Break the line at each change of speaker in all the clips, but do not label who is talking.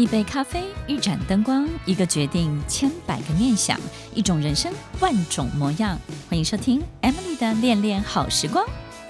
杯咖啡，一盏灯光，一个决定，千百个念想，一种人生，万种模样。欢迎收听 Emily 的恋恋好时光。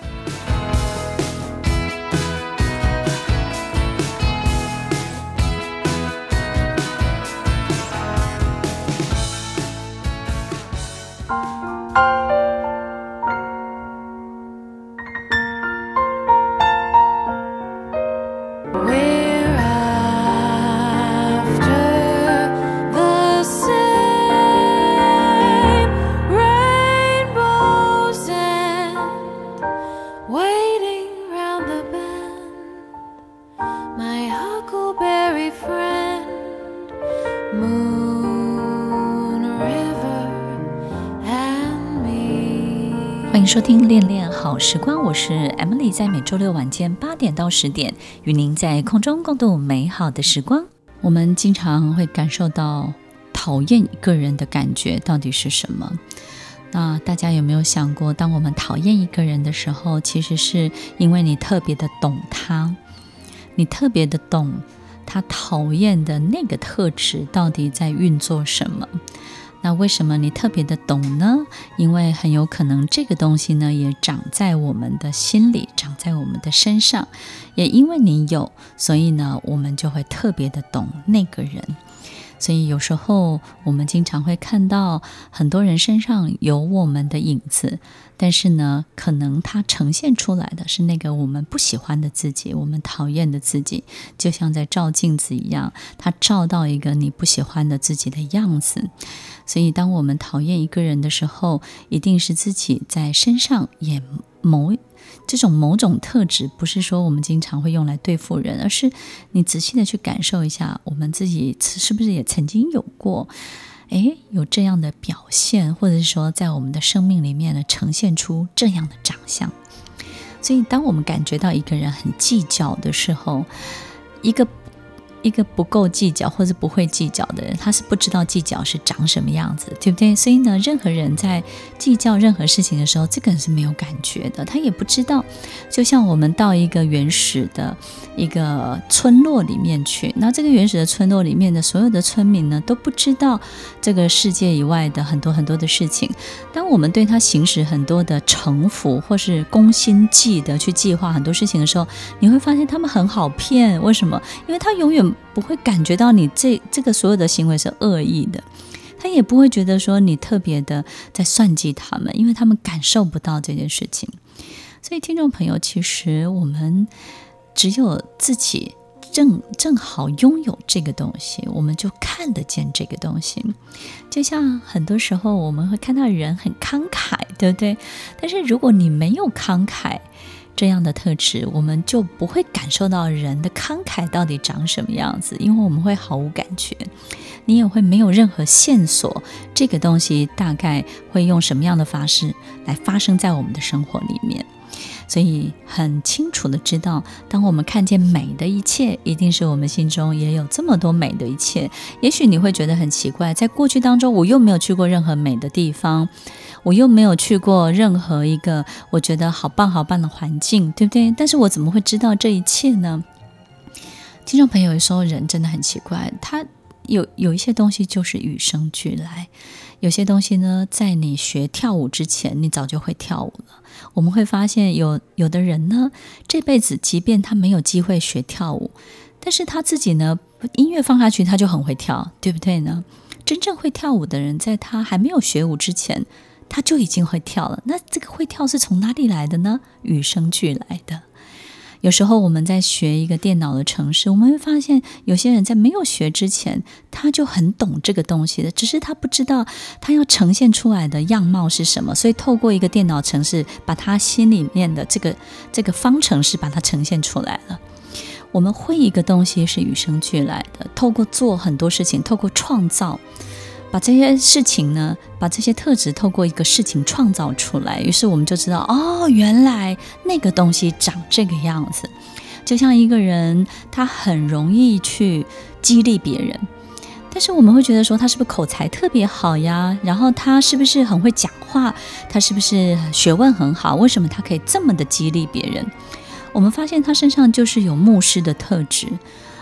欢迎收听恋恋好时光，我是 Emily， 在每周六晚间8点到10点，与您在空中共度美好的时光。我们经常会感受到讨厌一个人的感觉到底是什么？那大家有没有想过，当我们讨厌一个人的时候，其实是因为你特别的懂他，你特别的懂他讨厌的那个特质到底在运作什么。那为什么你特别的懂呢？因为很有可能这个东西呢也长在我们的心里，长在我们的身上，也因为你有，所以呢我们就会特别的懂那个人。所以有时候我们经常会看到很多人身上有我们的影子，但是呢可能它呈现出来的是那个我们不喜欢的自己，我们讨厌的自己，就像在照镜子一样，它照到一个你不喜欢的自己的样子。所以当我们讨厌一个人的时候，一定是自己在身上也这种某种特质，不是说我们经常会用来对付人，而是你仔细的去感受一下，我们自己是不是也曾经有过有这样的表现，或者是说在我们的生命里面呢呈现出这样的长相。所以当我们感觉到一个人很计较的时候，一个不够计较或是不会计较的人，他是不知道计较是长什么样子，对不对？所以呢，任何人在计较任何事情的时候，这个人是没有感觉的，他也不知道。就像我们到一个原始的一个村落里面去，那这个原始的村落里面的所有的村民呢，都不知道这个世界以外的很多很多的事情。当我们对他行使很多的城府或是攻心计的去计划很多事情的时候，你会发现他们很好骗。为什么？因为他永远不会感觉到你这个所有的行为是恶意的，他也不会觉得说你特别的在算计他们，因为他们感受不到这件事情。所以听众朋友，其实我们只有自己正好拥有这个东西，我们就看得见这个东西。就像很多时候我们会看到人很慷慨，对不对？但是如果你没有慷慨这样的特质，我们就不会感受到人的慷慨到底长什么样子，因为我们会毫无感觉，你也会没有任何线索，这个东西大概会用什么样的方式来发生在我们的生活里面。所以很清楚的知道，当我们看见美的一切，一定是我们心中也有这么多美的一切。也许你会觉得很奇怪，在过去当中我又没有去过任何美的地方，我又没有去过任何一个我觉得好棒好棒的环境，对不对？但是我怎么会知道这一切呢？听众朋友，有时候人真的很奇怪，他有一些东西就是与生俱来，有些东西呢，在你学跳舞之前，你早就会跳舞了。我们会发现有的人呢，这辈子即便他没有机会学跳舞，但是他自己呢，音乐放下去他就很会跳，对不对呢？真正会跳舞的人，在他还没有学舞之前，他就已经会跳了。那这个会跳是从哪里来的呢？与生俱来的。有时候我们在学一个电脑的程式，我们会发现有些人在没有学之前，他就很懂这个东西的，只是他不知道他要呈现出来的样貌是什么，所以透过一个电脑程式，把他心里面的这个方程式把它呈现出来了。我们会一个东西是与生俱来的，透过做很多事情，透过创造，把这些事情呢，把这些特质透过一个事情创造出来，于是我们就知道，原来那个东西长这个样子。就像一个人，他很容易去激励别人，但是我们会觉得说，他是不是口才特别好呀？然后他是不是很会讲话？他是不是学问很好？为什么他可以这么的激励别人？我们发现他身上就是有牧师的特质，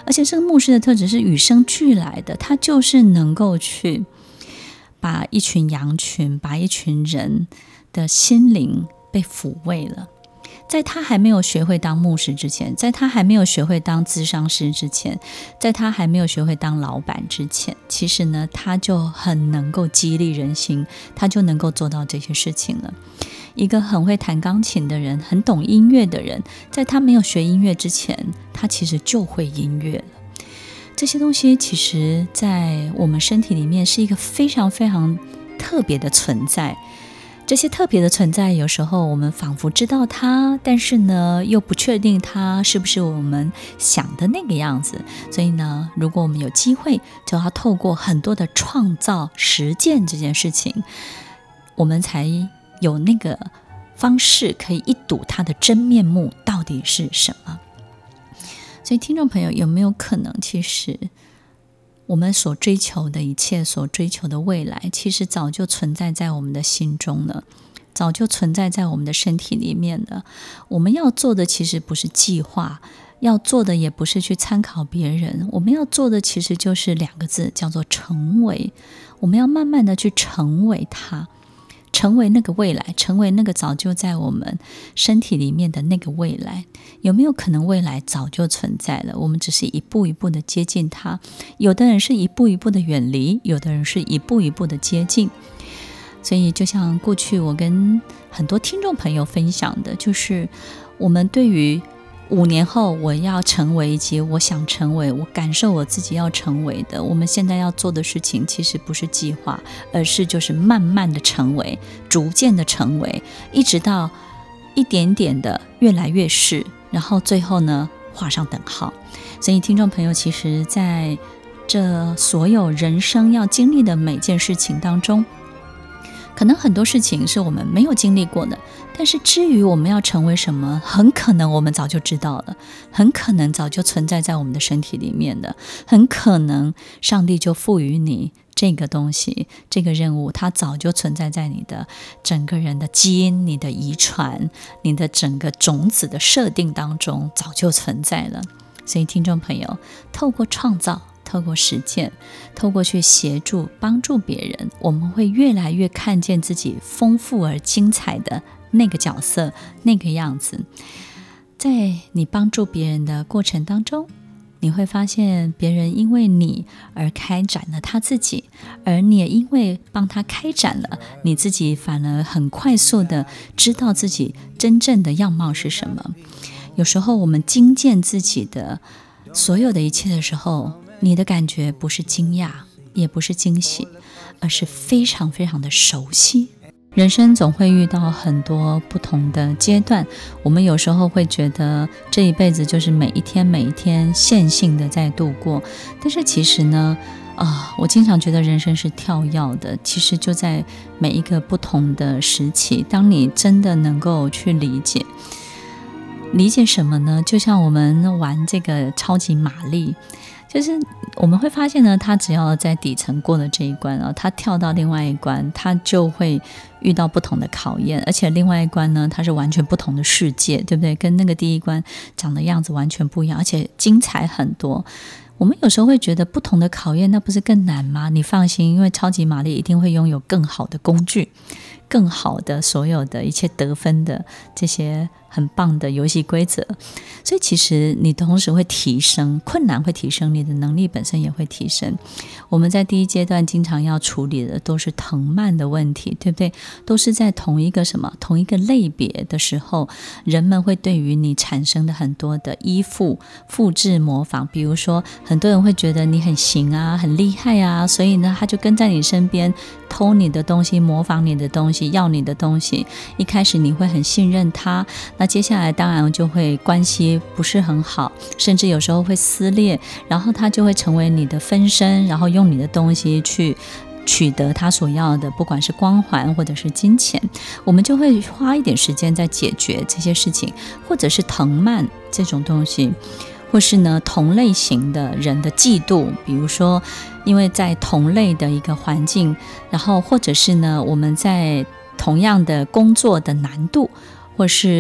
而且这个牧师的特质是与生俱来的，他就是能够去把一群羊群，把一群人的心灵被抚慰了。在他还没有学会当牧师之前，在他还没有学会当咨商师之前，在他还没有学会当老板之前，其实呢，他就很能够激励人心，他就能够做到这些事情了。一个很会弹钢琴的人，很懂音乐的人，在他没有学音乐之前，他其实就会音乐了。这些东西其实在我们身体里面是一个非常非常特别的存在。这些特别的存在，有时候我们仿佛知道它，但是呢，又不确定它是不是我们想的那个样子。所以呢，如果我们有机会，就要透过很多的创造实践这件事情，我们才有那个方式可以一睹它的真面目到底是什么。所以听众朋友，有没有可能其实我们所追求的一切，所追求的未来，其实早就存在在我们的心中了，早就存在在我们的身体里面了。我们要做的其实不是计划，要做的也不是去参考别人，我们要做的其实就是2个字，叫做成为。我们要慢慢的去成为它，成为那个未来，成为那个早就在我们身体里面的那个未来。有没有可能未来早就存在了，我们只是一步一步的接近它？有的人是一步一步的远离，有的人是一步一步的接近。所以就像过去我跟很多听众朋友分享的，就是我们对于5年后我要成为，以及我想成为，我感受我自己要成为的，我们现在要做的事情其实不是计划，而是就是慢慢的成为，逐渐的成为，一直到一点点的越来越是，然后最后呢画上等号。所以听众朋友，其实在这所有人生要经历的每件事情当中，可能很多事情是我们没有经历过的，但是至于我们要成为什么，很可能我们早就知道了，很可能早就存在在我们的身体里面的，很可能上帝就赋予你这个东西，这个任务，它早就存在在你的整个人的基因，你的遗传，你的整个种子的设定当中早就存在了。所以听众朋友，透过创造，透过实践，透过去协助帮助别人，我们会越来越看见自己丰富而精彩的那个角色，那个样子。在你帮助别人的过程当中，你会发现别人因为你而开展了他自己，而你也因为帮他开展了，你自己反而很快速的知道自己真正的样貌是什么。有时候我们经见自己的所有的一切的时候，你的感觉不是惊讶，也不是惊喜，而是非常非常的熟悉。人生总会遇到很多不同的阶段，我们有时候会觉得这一辈子就是每一天每一天线性的在度过，但是其实呢，我经常觉得人生是跳跃的，其实就在每一个不同的时期，当你真的能够去理解什么呢？就像我们玩这个超级玛丽，就是我们会发现呢，他只要在底层过了这一关，他跳到另外一关，他就会遇到不同的考验，而且另外一关呢，它是完全不同的世界，对不对？跟那个第一关长的样子完全不一样，而且精彩很多。我们有时候会觉得不同的考验，那不是更难吗？你放心，因为超级玛丽一定会拥有更好的工具，更好的所有的一切得分的这些很棒的游戏规则，所以其实你同时会提升，困难会提升，你的能力本身也会提升。我们在第一阶段经常要处理的都是藤蔓的问题，对不对？都是在同一个类别的时候，人们会对于你产生的很多的依附、复制、模仿。比如说很多人会觉得你很行啊，很厉害啊，所以呢他就跟在你身边偷你的东西，模仿你的东西，要你的东西。一开始你会很信任他，那接下来当然就会关系不是很好，甚至有时候会撕裂，然后他就会成为你的分身，然后用你的东西去取得他所要的，不管是光环或者是金钱。我们就会花一点时间在解决这些事情，或者是藤蔓这种东西，或是呢同类型的人的嫉妒，比如说因为在同类的一个环境，然后或者是呢我们在同样的工作的难度，或是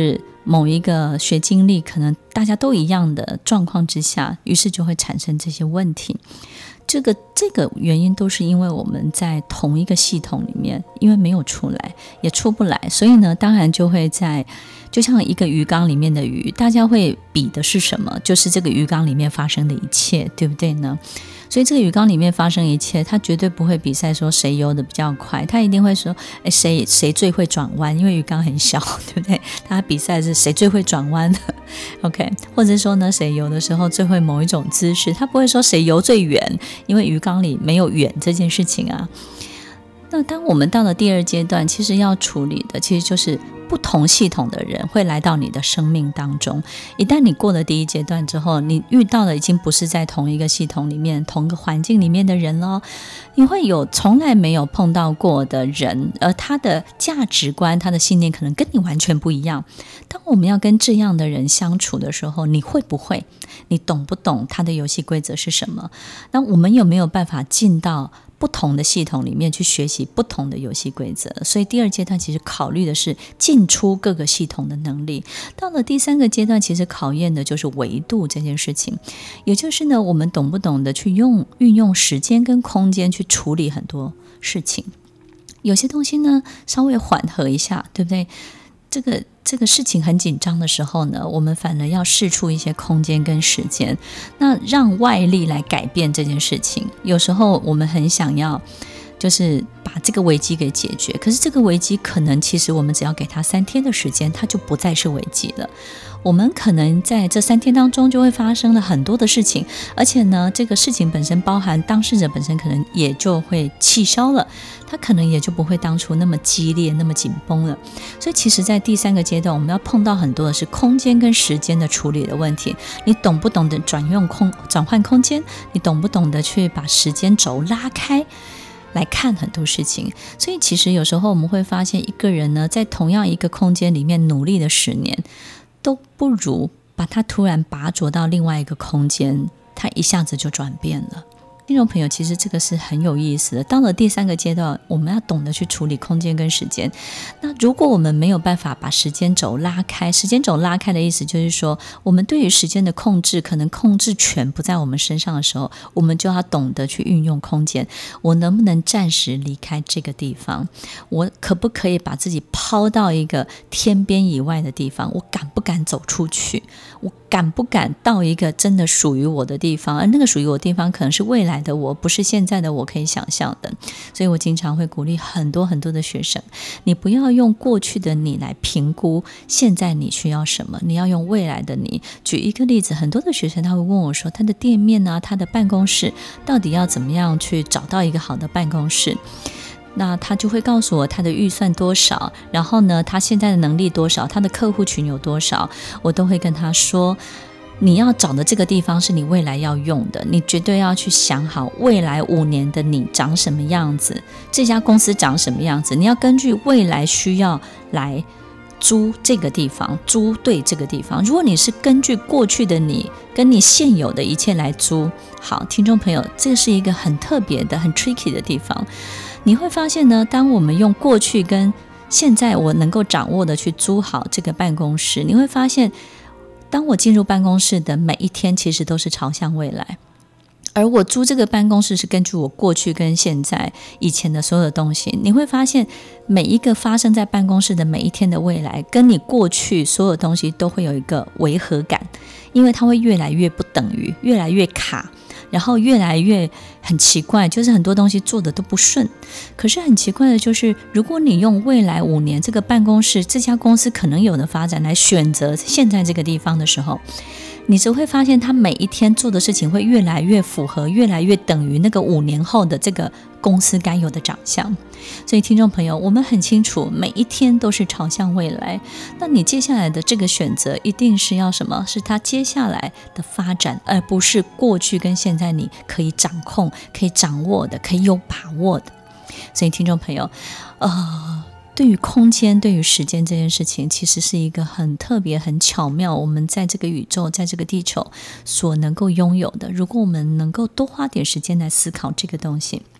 某一个学经历可能大家都一样的状况之下，于是就会产生这些问题。这个原因都是因为我们在同一个系统里面，因为没有出来也出不来，所以呢当然就会就像一个鱼缸里面的鱼，大家会比的是什么？就是这个鱼缸里面发生的一切，对不对呢？所以这个鱼缸里面发生一切，他绝对不会比赛说谁游的比较快，他一定会说谁最会转弯，因为鱼缸很小，对不对？他比赛是谁最会转弯OK， 或者说呢谁游的时候最会某一种姿势，他不会说谁游最远，因为鱼缸里没有远这件事情啊。那当我们到了第二阶段，其实要处理的其实就是不同系统的人会来到你的生命当中。一旦你过了第一阶段之后，你遇到的已经不是在同一个系统里面同一个环境里面的人了，你会有从来没有碰到过的人，而他的价值观他的信念可能跟你完全不一样。当我们要跟这样的人相处的时候，你会不会，你懂不懂他的游戏规则是什么？那我们有没有办法进到不同的系统里面去学习不同的游戏规则？所以第二阶段其实考虑的是进出各个系统的能力。到了第三个阶段，其实考验的就是维度这件事情，也就是呢我们懂不懂得去运用时间跟空间去处理很多事情。有些东西呢稍微缓和一下，对不对？这个事情很紧张的时候呢，我们反而要释出一些空间跟时间，那让外力来改变这件事情。有时候我们很想要就是把这个危机给解决，可是这个危机可能其实我们只要给它3天的时间，它就不再是危机了。我们可能在这3天当中就会发生了很多的事情，而且呢这个事情本身包含当事者本身可能也就会气消了，他可能也就不会当初那么激烈那么紧绷了。所以其实在第3个阶段，我们要碰到很多的是空间跟时间的处理的问题。你懂不懂得转换空间？你懂不懂得去把时间轴拉开来看很多事情？所以其实有时候我们会发现，一个人呢在同样一个空间里面努力了10年，都不如把他突然拔擢到另外一个空间，他一下子就转变了。听众朋友，其实这个是很有意思的。到了第3个阶段，我们要懂得去处理空间跟时间。那如果我们没有办法把时间轴拉开，时间轴拉开的意思就是说，我们对于时间的控制，可能控制权不在我们身上的时候，我们就要懂得去运用空间。我能不能暂时离开这个地方？我可不可以把自己抛到一个天边以外的地方？我敢不敢走出去？我敢不敢到一个真的属于我的地方？而那个属于我的地方可能是未来的我，不是现在的我可以想象的。所以我经常会鼓励很多很多的学生，你不要用过去的你来评估现在你需要什么，你要用未来的你。举一个例子，很多的学生他会问我说，他的店面啊，他的办公室到底要怎么样去找到一个好的办公室？那他就会告诉我他的预算多少，然后呢他现在的能力多少，他的客户群有多少，我都会跟他说，你要找的这个地方是你未来要用的，你绝对要去想好未来5年的你长什么样子，这家公司长什么样子，你要根据未来需要来租这个地方，租对这个地方。如果你是根据过去的你跟你现有的一切来租，好，听众朋友，这是一个很特别的很 tricky 的地方。你会发现呢，当我们用过去跟现在我能够掌握的去租好这个办公室，你会发现当我进入办公室的每一天其实都是朝向未来，而我租这个办公室是根据我过去跟现在以前的所有的东西。你会发现每一个发生在办公室的每一天的未来跟你过去所有东西都会有一个违和感，因为它会越来越不等于，越来越卡，然后越来越很奇怪，就是很多东西做的都不顺。可是很奇怪的就是，如果你用未来5年这个办公室这家公司可能有的发展来选择现在这个地方的时候，你只会发现他每一天做的事情会越来越符合，越来越等于那个5年后的这个公司该有的长相。所以听众朋友，我们很清楚每一天都是朝向未来，那你接下来的这个选择一定是要什么？是他接下来的发展，而不是过去跟现在你可以掌控可以掌握的可以有把握的。所以听众朋友对于空间对于时间这件事情，其实是一个很特别很巧妙，我们在这个宇宙在这个地球所能够拥有的。如果我们能够多花点时间来思考这个东西，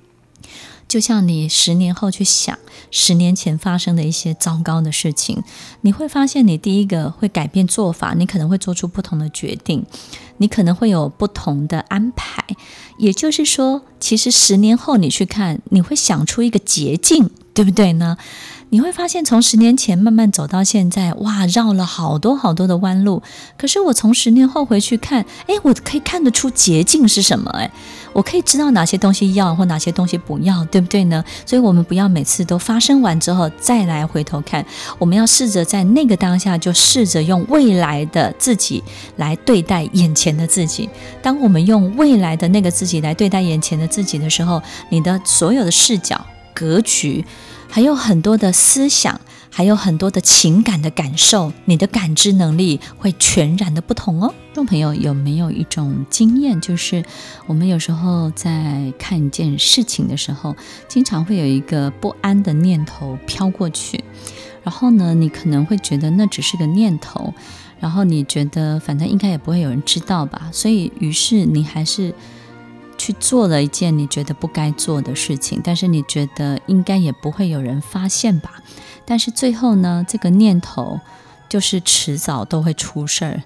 就像你10年后去想10年前发生的一些糟糕的事情，你会发现你第一个会改变做法，你可能会做出不同的决定，你可能会有不同的安排。也就是说，其实10年后你去看，你会想出一个捷径，对不对呢？你会发现从10年前慢慢走到现在，哇，绕了好多好多的弯路。可是我从10年后回去看，我可以看得出捷径是什么，我可以知道哪些东西要或哪些东西不要，对不对呢？所以我们不要每次都发生完之后再来回头看，我们要试着在那个当下就试着用未来的自己来对待眼前的自己。当我们用未来的那个自己来对待眼前的自己的时候，你的所有的视角、格局，还有很多的思想，还有很多的情感的感受，你的感知能力会全然的不同哦。众朋友有没有一种经验，就是我们有时候在看一件事情的时候，经常会有一个不安的念头飘过去，然后呢，你可能会觉得那只是个念头，然后你觉得反正应该也不会有人知道吧，所以于是你还是去做了一件你觉得不该做的事情，但是你觉得应该也不会有人发现吧，但是最后呢，这个念头就是迟早都会出事儿。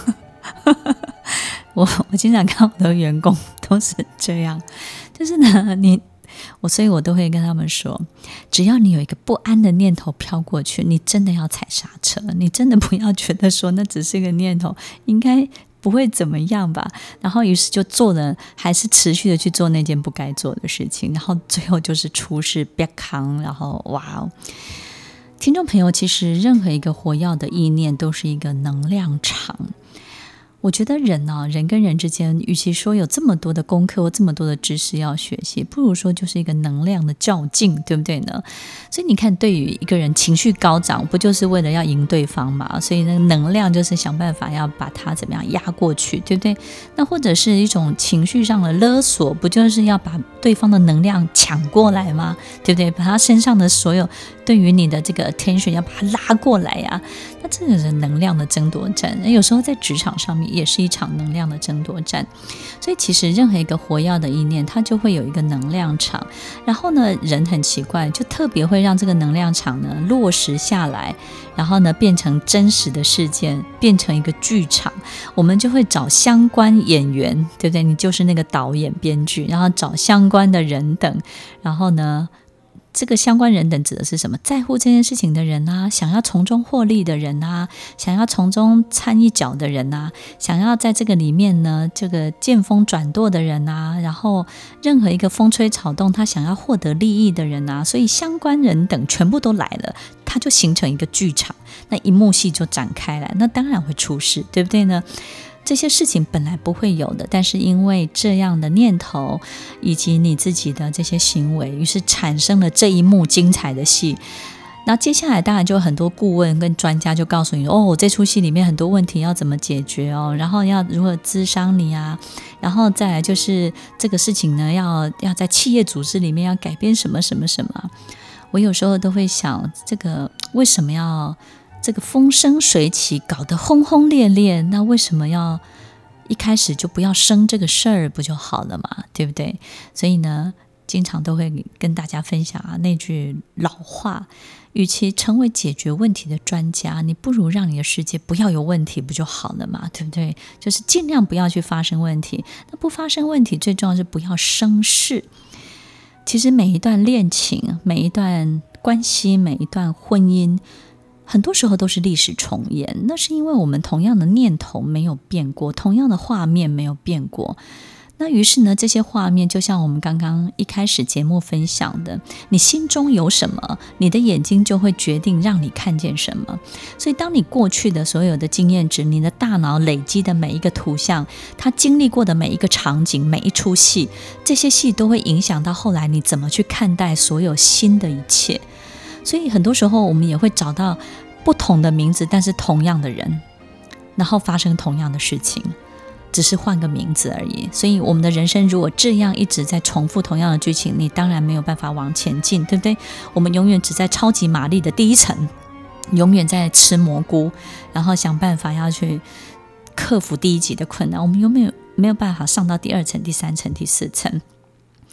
我经常看我的员工都是这样，就是呢，所以我都会跟他们说，只要你有一个不安的念头飘过去，你真的要踩刹车，你真的不要觉得说那只是一个念头，应该不会怎么样吧，然后于是就做了，还是持续的去做那件不该做的事情，然后最后就是出事别扛，然后哇，听众朋友，其实任何一个活跃的意念都是一个能量场。我觉得人跟人之间，与其说有这么多的功课或这么多的知识要学习，不如说就是一个能量的较劲，对不对呢？所以你看，对于一个人情绪高涨，不就是为了要赢对方嘛？所以那个能量就是想办法要把他怎么样压过去，对不对？那或者是一种情绪上的勒索，不就是要把对方的能量抢过来吗？对不对？把他身上的所有对于你的这个 attention 要把它拉过来啊，那这个是能量的争夺战。有时候在职场上面也是一场能量的争夺战。所以其实任何一个活跃的意念，它就会有一个能量场，然后呢，人很奇怪，就特别会让这个能量场呢落实下来，然后呢变成真实的事件，变成一个剧场。我们就会找相关演员，对不对？你就是那个导演编剧，然后找相关的人等，然后呢，这个相关人等指的是什么？在乎这件事情的人啊，想要从中获利的人啊，想要从中掺一脚的人啊，想要在这个里面呢，这个见风转舵的人啊，然后任何一个风吹草动他想要获得利益的人啊，所以相关人等全部都来了，它就形成一个剧场，那一幕戏就展开来，那当然会出事，对不对呢？这些事情本来不会有的，但是因为这样的念头以及你自己的这些行为，于是产生了这一幕精彩的戏。那接下来当然就有很多顾问跟专家就告诉你，这出戏里面很多问题要怎么解决哦，然后要如何咨商你啊，然后再来就是这个事情呢，要在企业组织里面要改变什么什么什么。我有时候都会想，这个为什么要这个风生水起，搞得轰轰烈烈，那为什么要一开始就不要生这个事儿不就好了嘛，对不对？所以呢，经常都会跟大家分享那句老话，与其成为解决问题的专家，你不如让你的世界不要有问题不就好了嘛，对不对？就是尽量不要去发生问题，那不发生问题最重要是不要生事。其实每一段恋情，每一段关系，每一段婚姻，很多时候都是历史重演，那是因为我们同样的念头没有变过，同样的画面没有变过。那于是呢，这些画面就像我们刚刚一开始节目分享的，你心中有什么，你的眼睛就会决定让你看见什么。所以当你过去的所有的经验值，你的大脑累积的每一个图像，它经历过的每一个场景，每一出戏，这些戏都会影响到后来你怎么去看待所有新的一切。所以很多时候我们也会找到不同的名字，但是同样的人，然后发生同样的事情，只是换个名字而已。所以我们的人生如果这样一直在重复同样的剧情，你当然没有办法往前进，对不对？我们永远只在超级玛丽的第一层，永远在吃蘑菇，然后想办法要去克服第一级的困难，我们永远没有办法上到第2层、第3层、第4层。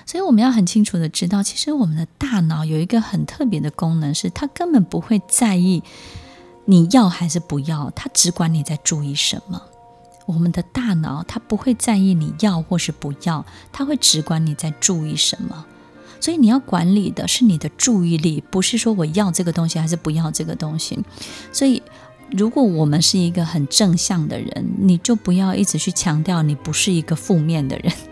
所以我们要很清楚的知道，其实我们的大脑有一个很特别的功能，是它根本不会在意你要还是不要，它只管你在注意什么。我们的大脑它不会在意你要或是不要，它会只管你在注意什么。所以你要管理的是你的注意力，不是说我要这个东西还是不要这个东西。所以如果我们是一个很正向的人，你就不要一直去强调你不是一个负面的人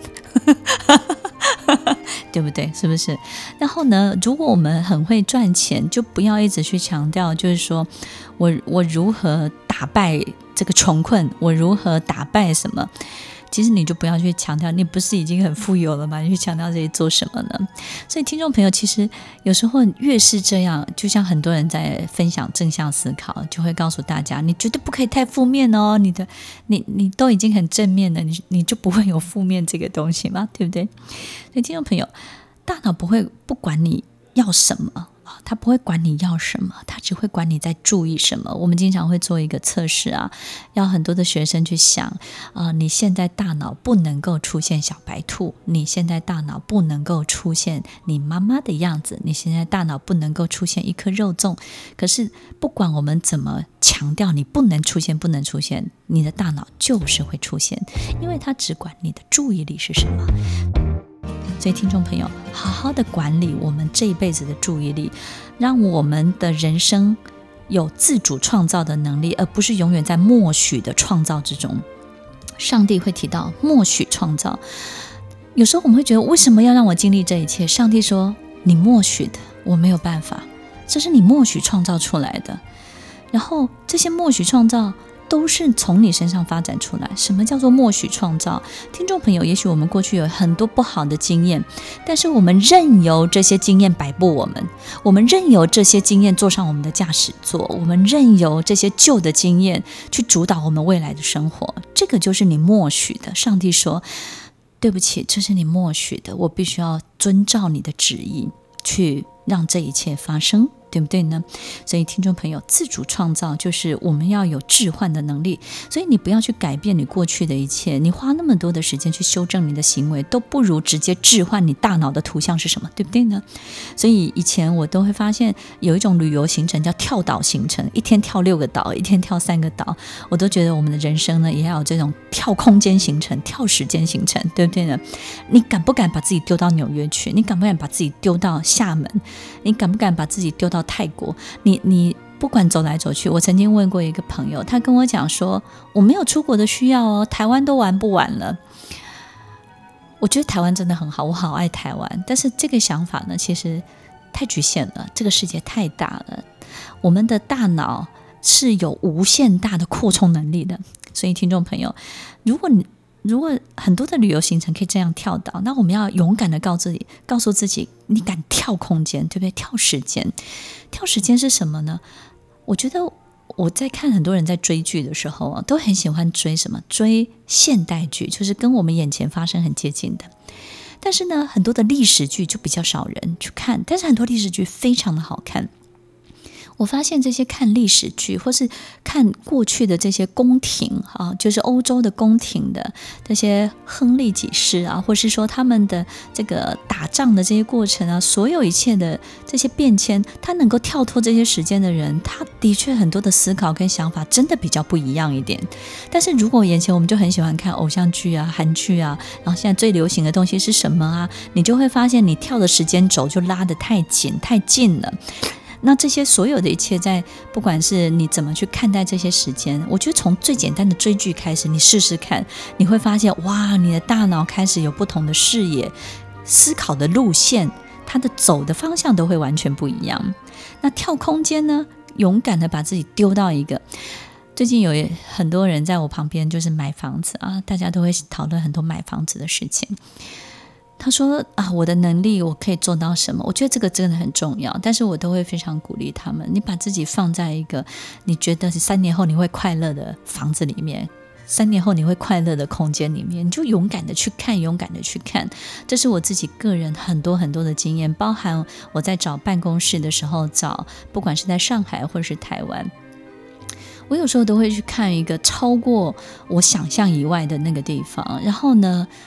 对不对？是不是？然后呢，如果我们很会赚钱，就不要一直去强调，就是说我如何打败这个穷困，我如何打败什么。其实你就不要去强调，你不是已经很富有了吗？你去强调这些做什么呢？所以听众朋友，其实有时候越是这样，就像很多人在分享正向思考，就会告诉大家，你绝对不可以太负面哦，你都已经很正面了，你就不会有负面这个东西嘛，对不对？所以听众朋友，大脑不管你要什么，他不会管你要什么，他只会管你在注意什么。我们经常会做一个测试啊，要很多的学生去想你现在大脑不能够出现小白兔，你现在大脑不能够出现你妈妈的样子，你现在大脑不能够出现一颗肉粽。可是不管我们怎么强调你不能出现，你的大脑就是会出现，因为它只管你的注意力是什么。所以听众朋友，好好的管理我们这一辈子的注意力，让我们的人生有自主创造的能力，而不是永远在默许的创造之中。上帝会提到默许创造，有时候我们会觉得为什么要让我经历这一切？上帝说你默许的，我没有办法，这是你默许创造出来的。然后这些默许创造都是从你身上发展出来。什么叫做默许创造？听众朋友，也许我们过去有很多不好的经验，但是我们任由这些经验摆布我们任由这些经验坐上我们的驾驶座，我们任由这些旧的经验去主导我们未来的生活。这个就是你默许的。上帝说对不起，这是你默许的，我必须要遵照你的旨意去让这一切发生，对不对呢？所以听众朋友，自主创造就是我们要有置换的能力。所以你不要去改变你过去的一切，你花那么多的时间去修正你的行为，都不如直接置换你大脑的图像是什么，对不对呢？所以以前我都会发现有一种旅游行程叫跳岛行程，一天跳6个岛，一天跳3个岛。我都觉得我们的人生呢，也要有这种跳空间行程，跳时间行程，对不对呢？你敢不敢把自己丢到纽约去？你敢不敢把自己丢到厦门？你敢不敢把自己丢到泰国？你不管走来走去。我曾经问过一个朋友，他跟我讲说，我没有出国的需要哦，台湾都玩不完了。我觉得台湾真的很好，我好爱台湾，但是这个想法呢，其实太局限了，这个世界太大了，我们的大脑是有无限大的扩充能力的。所以听众朋友，如果很多的旅游行程可以这样跳岛，那我们要勇敢的告诉自己，你敢跳空间，对不对？跳时间。跳时间是什么呢？我觉得我在看很多人在追剧的时候都很喜欢追什么？追现代剧，就是跟我们眼前发生很接近的。但是呢，很多的历史剧就比较少人去看，但是很多历史剧非常的好看。我发现这些看历史剧或是看过去的这些宫廷就是欧洲的宫廷的这些亨利几世或是说他们的这个打仗的这些过程所有一切的这些变迁，他能够跳脱这些时间的人，他的确很多的思考跟想法真的比较不一样一点。但是如果眼前我们就很喜欢看偶像剧韩剧然后现在最流行的东西是什么你就会发现你跳的时间轴就拉得太紧太近了。那这些所有的一切，在不管是你怎么去看待这些时间，我觉得从最简单的追剧开始，你试试看，你会发现哇，你的大脑开始有不同的视野，思考的路线，它的走的方向都会完全不一样。那跳空间呢，勇敢的把自己丢到一个，最近有很多人在我旁边就是买房子大家都会讨论很多买房子的事情。他说我的能力我可以做到什么？我觉得这个真的很重要，但是我都会非常鼓励他们，你把自己放在一个你觉得3年后你会快乐的房子里面，3年后你会快乐的空间里面，你就勇敢的去看，勇敢的去看。这是我自己个人很多很多的经验，包含我在找办公室的时候，不管是在上海或者是台湾，我有时候都会去看一个超过我想象以外的那个地方，然后呢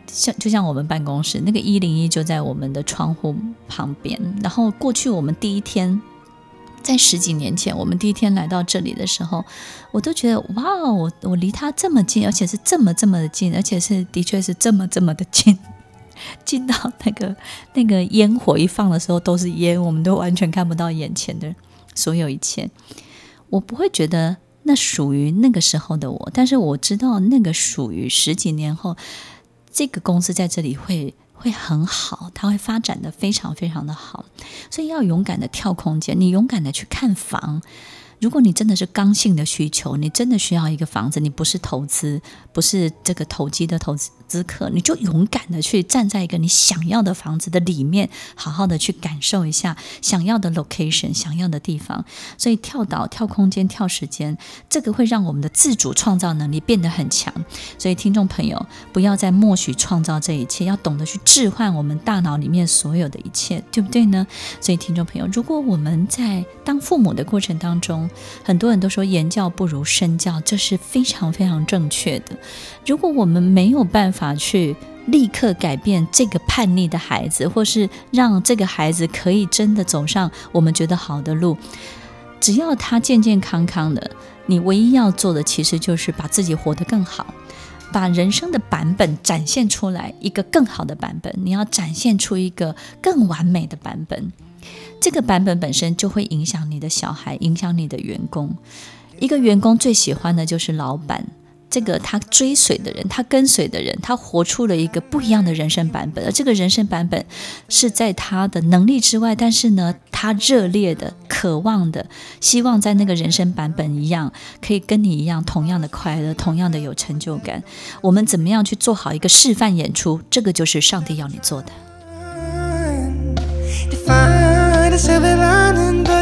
就像我们办公室那个101就在我们的窗户旁边，然后过去我们第一天在10几年前我们第一天来到这里的时候，我都觉得哇，我离它这么近，而且是这么的近，而且是的确是这么的近，近到那个烟火一放的时候都是烟，我们都完全看不到眼前的所有一切。我不会觉得那属于那个时候的我，但是我知道那个属于10几年后这个公司在这里会很好，它会发展的非常的好。所以要勇敢的跳空间，你勇敢的去看房。如果你真的是刚性的需求，你真的需要一个房子，你不是投资，不是这个投机的投资客，你就勇敢的去站在一个你想要的房子的里面，好好的去感受一下想要的 location， 想要的地方。所以跳岛、跳空间、跳时间，这个会让我们的自主创造能力变得很强。所以听众朋友，不要再默许创造这一切，要懂得去置换我们大脑里面所有的一切，对不对呢？所以听众朋友，如果我们在当父母的过程当中，很多人都说言教不如身教，这是非常正确的。如果我们没有办法去立刻改变这个叛逆的孩子，或是让这个孩子可以真的走上我们觉得好的路，只要他健健康康的，你唯一要做的其实就是把自己活得更好，把人生的版本展现出来，一个更好的版本，你要展现出一个更完美的版本。这个版本本身就会影响你的小孩，影响你的员工。一个员工最喜欢的就是老板，这个他追随的人，他跟随的人，他活出了一个不一样的人生版本，而这个人生版本是在他的能力之外，但是呢，他热烈的、渴望的，希望在那个人生版本一样，可以跟你一样同样的快乐，同样的有成就感。我们怎么样去做好一个示范演出，这个就是上帝要你做的。
Silver lining, but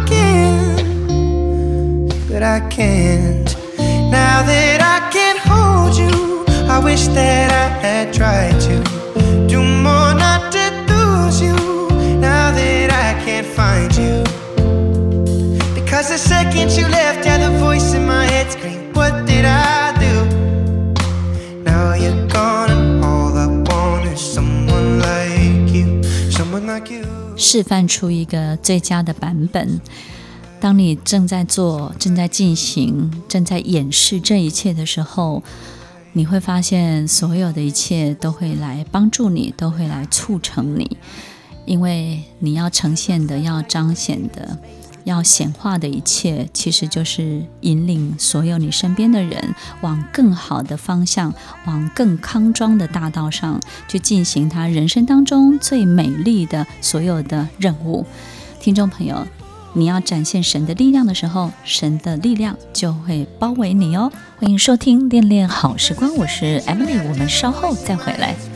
I can't. Now that I can't hold you, I wish that I had tried to do more not to lose you. Now that I can't find you, because the second you left, yeah, the voice in my head screamed, what did I do? Now you're gone and all I want is someone like you, someone like you.
示范出一个最佳的版本。当你正在做、正在进行、正在演示这一切的时候，你会发现所有的一切都会来帮助你，都会来促成你。因为你要呈现的、要彰显的、要显化的一切，其实就是引领所有你身边的人往更好的方向，往更康庄的大道上去进行他人生当中最美丽的所有的任务。听众朋友，你要展现神的力量的时候，神的力量就会包围你哦。欢迎收听恋恋好时光，我是 Emily， 我们稍后再回来。